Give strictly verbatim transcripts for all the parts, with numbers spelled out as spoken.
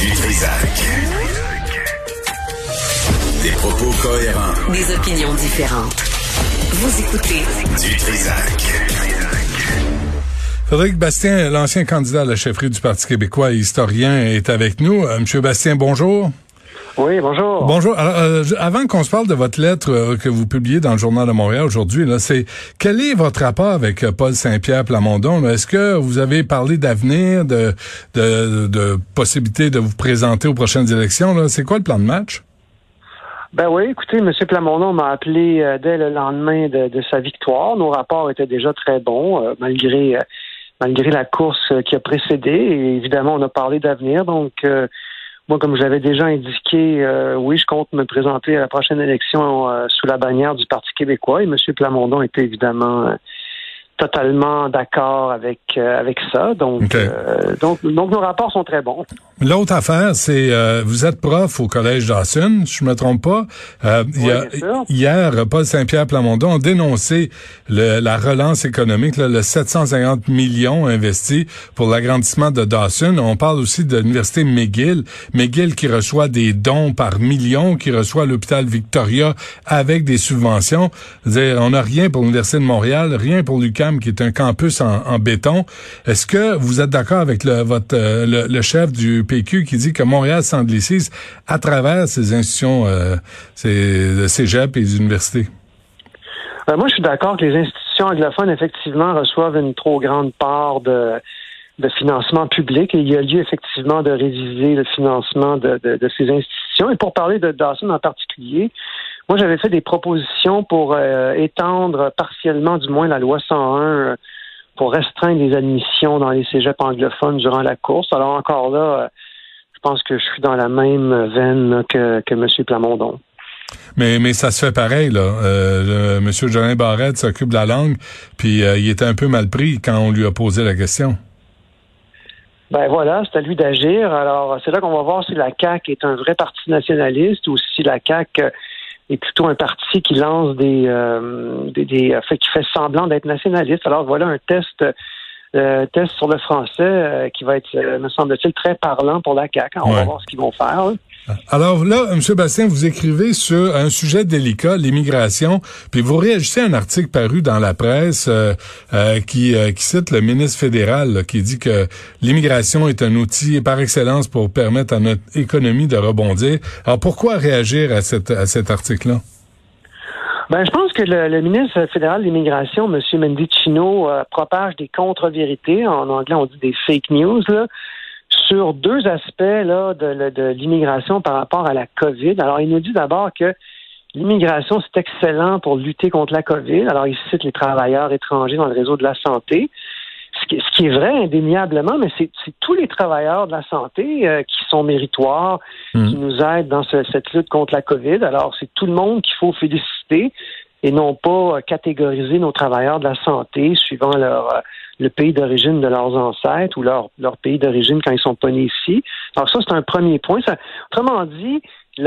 Du Trisac. Des propos cohérents. Des opinions différentes. Vous écoutez Du Trisac. Frédéric Bastien, l'ancien candidat à la chefferie du Parti québécois et historien, est avec nous. Euh, Monsieur Bastien, bonjour. Oui, bonjour. Bonjour. Alors, euh, avant qu'on se parle de votre lettre euh, que vous publiez dans le Journal de Montréal aujourd'hui, là, c'est quel est votre rapport avec euh, Paul Saint-Pierre Plamondon? Là? Est-ce que vous avez parlé d'avenir, de, de, de possibilité de vous présenter aux prochaines élections? Là? C'est quoi le plan de match? Ben oui, écoutez, M. Plamondon m'a appelé euh, dès le lendemain de, de sa victoire. Nos rapports étaient déjà très bons, euh, malgré euh, malgré la course euh, qui a précédé. Et évidemment, on a parlé d'avenir. Donc, euh, moi, comme je l'avais déjà indiqué, euh, oui, je compte me présenter à la prochaine élection euh, sous la bannière du Parti québécois. Et M. Plamondon était évidemment euh, totalement d'accord avec euh, avec ça. Donc, okay. euh, donc, donc, nos rapports sont très bons. L'autre affaire, c'est euh, vous êtes prof au Collège Dawson, si je me trompe pas. Euh, oui, y a, hier, Paul Saint-Pierre Plamondon a dénoncé le, la relance économique, là, le sept cent cinquante millions investis pour l'agrandissement de Dawson. On parle aussi de l'université McGill. McGill qui reçoit des dons par millions, qui reçoit l'hôpital Victoria avec des subventions. C'est-à-dire, on n'a rien pour l'Université de Montréal, rien pour l'U Q A M qui est un campus en, en béton. Est-ce que vous êtes d'accord avec le, votre, euh, le, le chef du P Q qui dit que Montréal s'anglicise à travers ces institutions, euh, ces cégep et les universités? Euh, moi, je suis d'accord que les institutions anglophones, effectivement, reçoivent une trop grande part de, de financement public et il y a lieu, effectivement, de réviser le financement de, de, de ces institutions. Et pour parler de Dawson en particulier, moi, j'avais fait des propositions pour euh, étendre partiellement, du moins, la loi cent un euh, pour restreindre les admissions dans les cégeps anglophones durant la course. Alors, encore là, euh, je pense que je suis dans la même veine là, que, que M. Plamondon. Mais mais ça se fait pareil, là. Euh, le, M. Jolin Barrette s'occupe de la langue, puis euh, il était un peu mal pris quand on lui a posé la question. Ben voilà, c'est à lui d'agir. Alors, c'est là qu'on va voir si la C A Q est un vrai parti nationaliste ou si la C A Q est plutôt un parti qui lance des, euh, des, des fait, qui fait semblant d'être nationaliste. Alors voilà un test, euh, test sur le français euh, qui va être, euh, me semble-t-il, très parlant pour la C A Q. On ouais. va voir ce qu'ils vont faire. Hein. Alors là, M. Bastien, vous écrivez sur un sujet délicat, l'immigration, puis vous réagissez à un article paru dans la presse euh, euh, qui, euh, qui cite le ministre fédéral là, qui dit que l'immigration est un outil par excellence pour permettre à notre économie de rebondir. Alors pourquoi réagir à, cette, à cet article-là? Ben, je pense que le, le ministre fédéral de l'immigration, M. Mendicino, euh, propage des contre-vérités. En anglais, on dit des fake news, là, sur deux aspects là de, de l'immigration par rapport à la COVID. Alors, il nous dit d'abord que l'immigration, c'est excellent pour lutter contre la COVID. Alors, il cite les travailleurs étrangers dans le réseau de la santé. Ce qui, ce qui est vrai, indéniablement, mais c'est, c'est tous les travailleurs de la santé euh, qui sont méritoires, mmh. qui nous aident dans ce, cette lutte contre la COVID. Alors, c'est tout le monde qu'il faut féliciter et non pas catégoriser nos travailleurs de la santé suivant leur euh, le pays d'origine de leurs ancêtres ou leur, leur pays d'origine quand ils sont pas nés ici. Alors ça, c'est un premier point. Ça, autrement dit,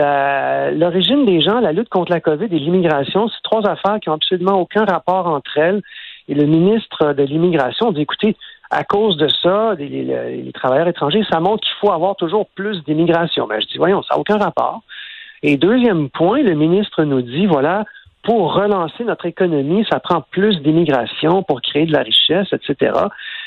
la, l'origine des gens, la lutte contre la COVID et l'immigration, c'est trois affaires qui ont absolument aucun rapport entre elles. Et le ministre de l'Immigration dit, écoutez, à cause de ça, les, les, les travailleurs étrangers, ça montre qu'il faut avoir toujours plus d'immigration. Ben, je dis, voyons, ça n'a aucun rapport. Et deuxième point, le ministre nous dit, voilà, pour relancer notre économie, ça prend plus d'immigration pour créer de la richesse, et cetera.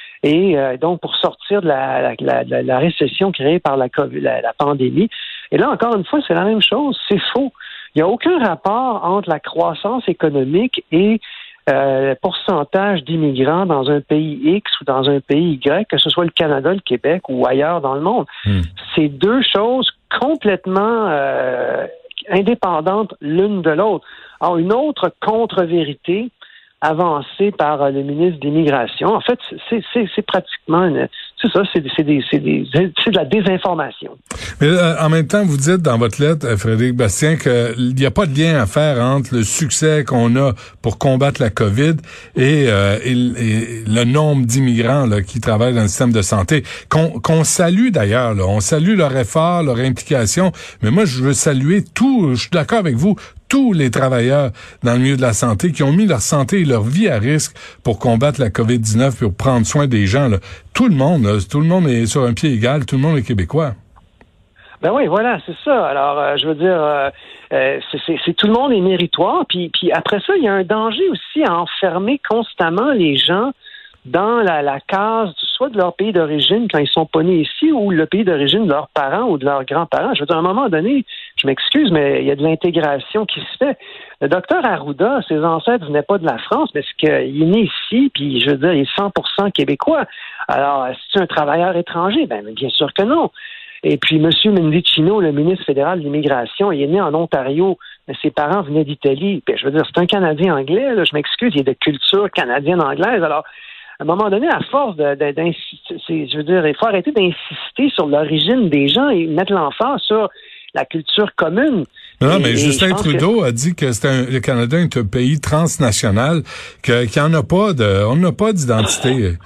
Et euh, donc, pour sortir de la, la, la, la récession créée par la, COVID, la, la pandémie. Et là, encore une fois, c'est la même chose. C'est faux. Il n'y a aucun rapport entre la croissance économique et euh, le pourcentage d'immigrants dans un pays X ou dans un pays Y, que ce soit le Canada, le Québec ou ailleurs dans le monde. Mmh. C'est deux choses complètement euh, indépendantes l'une de l'autre. Alors, une autre contre-vérité avancée par le ministre de l'Immigration, en fait, c'est, c'est, c'est pratiquement une, c'est ça, c'est, c'est, des, c'est, des, c'est de la désinformation. Mais euh, en même temps, vous dites dans votre lettre, Frédéric Bastien, qu'il n'y a pas de lien à faire entre le succès qu'on a pour combattre la COVID et, euh, et, et le nombre d'immigrants là, qui travaillent dans le système de santé, qu'on, qu'on salue d'ailleurs. Là. On salue leur effort, leur implication, mais moi, je veux saluer tout, je suis d'accord avec vous, tous les travailleurs dans le milieu de la santé qui ont mis leur santé et leur vie à risque pour combattre la covid dix-neuf et pour prendre soin des gens. Là. Tout le monde, là, tout le monde est sur un pied égal, tout le monde est québécois. Ben oui, voilà, c'est ça. Alors, euh, je veux dire, euh, euh, c'est, c'est, c'est tout le monde est méritoire. Puis, puis après ça, il y a un danger aussi à enfermer constamment les gens dans la, la case, soit de leur pays d'origine quand ils sont pas nés ici, ou le pays d'origine de leurs parents ou de leurs grands-parents. Je veux dire, à un moment donné, je m'excuse, mais il y a de l'intégration qui se fait. Le docteur Arruda, ses ancêtres venaient pas de la France, mais c'est qu'il est né ici, puis je veux dire, il est cent pour cent québécois. Alors, c'est un travailleur étranger? Ben, bien sûr que non. Et puis, M. Mendicino, le ministre fédéral de l'immigration, il est né en Ontario, mais ses parents venaient d'Italie. Puis, je veux dire, c'est un Canadien anglais, là, je m'excuse, il est de culture canadienne-anglaise. Alors, à un moment donné, à force de, de, d'insister, je veux dire, il faut arrêter d'insister sur l'origine des gens et mettre l'emphase sur la culture commune. Non, et, mais et Justin Trudeau que... a dit que c'est un, le Canada est un pays transnational, que, qu'il n'y en a pas de, on n'a pas d'identité.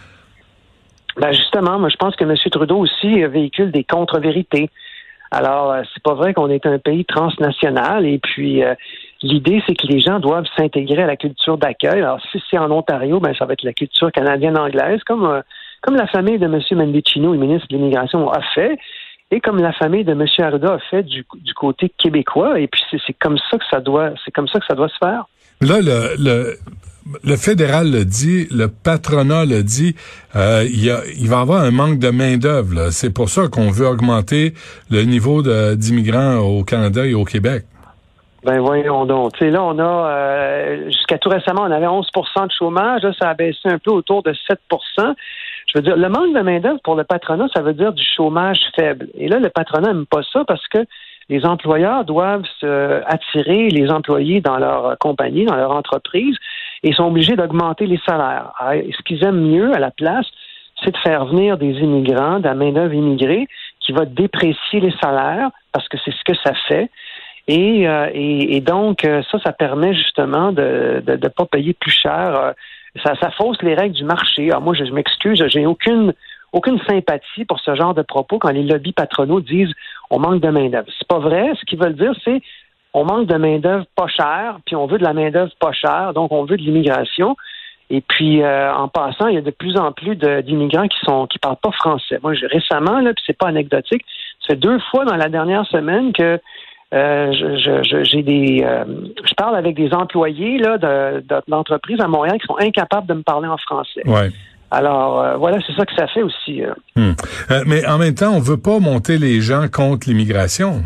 Ben justement, moi je pense que M. Trudeau aussi véhicule des contre-vérités. Alors, euh, c'est pas vrai qu'on est un pays transnational et puis euh, l'idée, c'est que les gens doivent s'intégrer à la culture d'accueil. Alors, si c'est en Ontario, ben ça va être la culture canadienne-anglaise, comme euh, comme la famille de M. Mendicino, le ministre de l'Immigration, a fait, et comme la famille de M. Arruda a fait du, du côté québécois. Et puis c'est, c'est comme ça que ça doit, c'est comme ça que ça doit se faire. Là, le, le, le fédéral le dit, le patronat le dit, euh, il, y a, il va y avoir un manque de main-d'œuvre. Là. C'est pour ça qu'on veut augmenter le niveau de, d'immigrants au Canada et au Québec. Ben voyons donc. Tu sais, là, on a euh, jusqu'à tout récemment, on avait onze pour cent de chômage. Là, ça a baissé un peu autour de sept pour cent. Je veux dire, le manque de main-d'œuvre pour le patronat, ça veut dire du chômage faible. Et là, le patronat n'aime pas ça parce que les employeurs doivent se attirer les employés dans leur compagnie, dans leur entreprise, et sont obligés d'augmenter les salaires. Alors, ce qu'ils aiment mieux à la place, c'est de faire venir des immigrants, de la main-d'œuvre immigrée, qui va déprécier les salaires, parce que c'est ce que ça fait. Et, euh, et, et donc, ça, ça permet justement de ne de, de pas payer plus cher. Ça, ça fausse les règles du marché. Alors moi, je, je m'excuse, j'ai aucune aucune sympathie pour ce genre de propos quand les lobbies patronaux disent on manque de main-d'œuvre. C'est pas vrai. Ce qu'ils veulent dire, c'est on manque de main-d'œuvre pas chère, puis on veut de la main-d'œuvre pas chère, donc on veut de l'immigration. Et puis, euh, en passant, il y a de plus en plus de, d'immigrants qui sont qui parlent pas français. Moi, j'ai, récemment, là, puis c'est pas anecdotique, ça fait deux fois dans la dernière semaine que euh, je, je, je, j'ai des, euh, je parle avec des employés là de, de, d'entreprises à Montréal qui sont incapables de me parler en français. Ouais. Alors, euh, voilà, c'est ça que ça fait aussi. Euh. Hum. Euh, mais en même temps, on veut pas monter les gens contre l'immigration.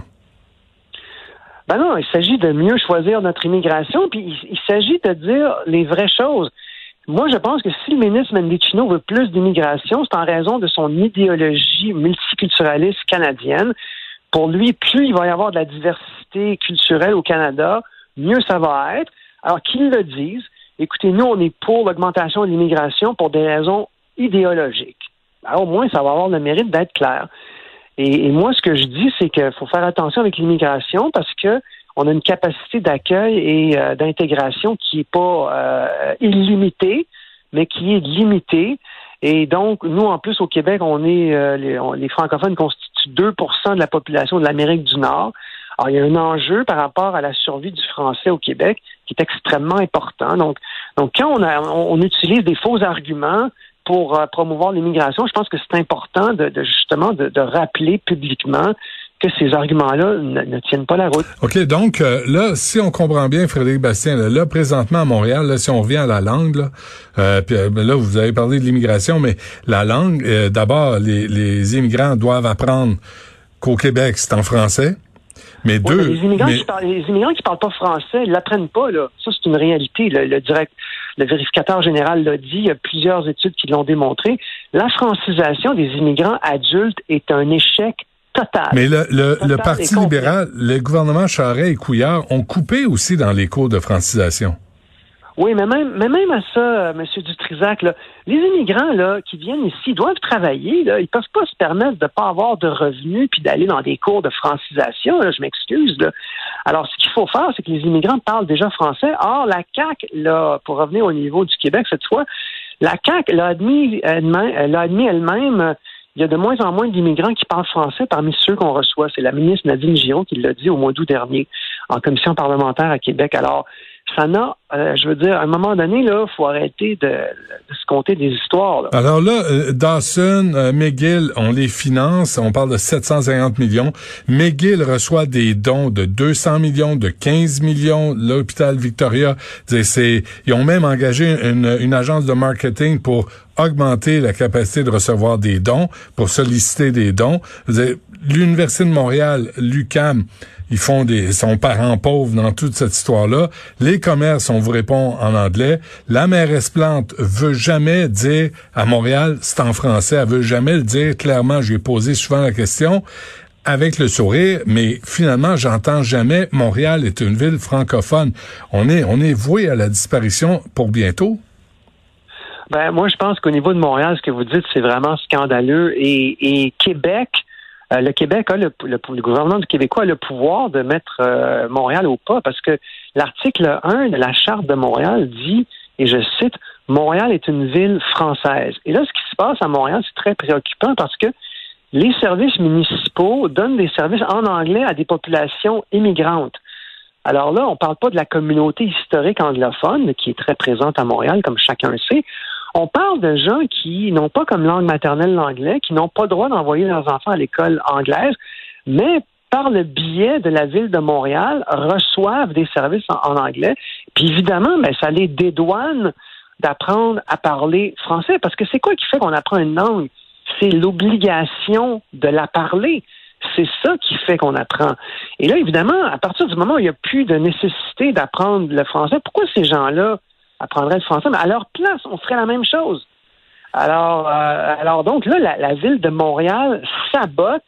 Ben non, il s'agit de mieux choisir notre immigration, puis il, il s'agit de dire les vraies choses. Moi, je pense que si le ministre Mendicino veut plus d'immigration, c'est en raison de son idéologie multiculturaliste canadienne. Pour lui, plus il va y avoir de la diversité culturelle au Canada, mieux ça va être. Alors qu'ils le disent, écoutez, nous, on est pour l'augmentation de l'immigration pour des raisons idéologiques. Alors, au moins, ça va avoir le mérite d'être clair. Et, et moi, ce que je dis, c'est qu'il faut faire attention avec l'immigration parce que on a une capacité d'accueil et euh, d'intégration qui n'est pas euh, illimitée, mais qui est limitée. Et donc, nous, en plus, au Québec, on est euh, les, on, les francophones constituent deux pour cent de la population de l'Amérique du Nord. Alors, il y a un enjeu par rapport à la survie du français au Québec qui est extrêmement important. Donc, donc quand on, a, on, on utilise des faux arguments pour euh, promouvoir l'immigration, je pense que c'est important de, de justement de, de rappeler publiquement que ces arguments-là ne, ne tiennent pas la route. OK, donc euh, là, si on comprend bien, Frédéric Bastien, là, là présentement à Montréal, là, si on revient à la langue, là, euh, puis euh, là, vous avez parlé de l'immigration, mais la langue, euh, d'abord, les, les immigrants doivent apprendre qu'au Québec, c'est en français. Mais oui, deux. Mais les, immigrants mais... qui parlent, les immigrants qui parlent pas français, ils l'apprennent pas, là. Ça, c'est une réalité. Le, le direct, le vérificateur général l'a dit. Il y a plusieurs études qui l'ont démontré. La francisation des immigrants adultes est un échec total. Mais le, le, total le Parti libéral, le gouvernement Charest et Couillard ont coupé aussi dans les cours de francisation. Oui, mais même, mais même à ça, M. Dutrisac, là, les immigrants là qui viennent ici doivent travailler. Là, ils peuvent pas se permettre de pas avoir de revenus puis d'aller dans des cours de francisation. Là, je m'excuse. Là. Alors, ce qu'il faut faire, c'est que les immigrants parlent déjà français. Or, la C A Q, là, pour revenir au niveau du Québec cette fois, la C A Q l'a admis, elle-même, l'a admis elle-même. Il y a de moins en moins d'immigrants qui parlent français parmi ceux qu'on reçoit. C'est la ministre Nadine Giraud qui l'a dit au mois d'août dernier en commission parlementaire à Québec. Alors, ça n'a Euh, je veux dire, à un moment donné, là, faut arrêter de, de se conter des histoires. Là. Alors là, euh, Dawson, euh, McGill, on les finance, on parle de sept cent cinquante millions. McGill reçoit des dons de deux cents millions, de quinze millions. L'hôpital Victoria, c'est, ils ont même engagé une, une agence de marketing pour augmenter la capacité de recevoir des dons, pour solliciter des dons. L'Université de Montréal, l'U Q A M, ils font des, sont parents pauvres dans toute cette histoire-là. Les commerces, on vous répond en anglais. La mairesse Plante veut jamais dire à Montréal, c'est en français, elle veut jamais le dire clairement. Je lui ai posé souvent la question avec le sourire, mais finalement, j'entends jamais Montréal est une ville francophone. On est, on est voué à la disparition pour bientôt. Ben, moi, je pense qu'au niveau de Montréal, ce que vous dites, c'est vraiment scandaleux. Et, et Québec, euh, le Québec a le, le, le gouvernement du Québécois a le pouvoir de mettre euh, Montréal au pas parce que l'article un de la Charte de Montréal dit, et je cite, « Montréal est une ville française ». Et là, ce qui se passe à Montréal, c'est très préoccupant parce que les services municipaux donnent des services en anglais à des populations immigrantes. Alors là, on ne parle pas de la communauté historique anglophone qui est très présente à Montréal, comme chacun le sait. On parle de gens qui n'ont pas comme langue maternelle l'anglais, qui n'ont pas le droit d'envoyer leurs enfants à l'école anglaise, mais par le biais de la ville de Montréal, reçoivent des services en, en anglais. Puis évidemment, ben, ça les dédouane d'apprendre à parler français, parce que c'est quoi qui fait qu'on apprend une langue? C'est l'obligation de la parler. C'est ça qui fait qu'on apprend. Et là, évidemment, à partir du moment où il n'y a plus de nécessité d'apprendre le français, pourquoi ces gens-là apprendraient le français? Mais à leur place, on ferait la même chose. Alors, euh, alors donc là, la, la ville de Montréal sabote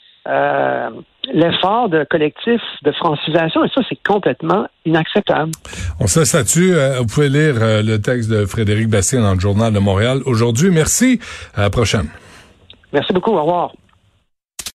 euh, l'effort de collectif de francisation, et ça, c'est complètement inacceptable. On se laisse là-dessus. Euh, vous pouvez lire euh, le texte de Frédéric Bastien dans le Journal de Montréal aujourd'hui. Merci. À la prochaine. Merci beaucoup. Au revoir.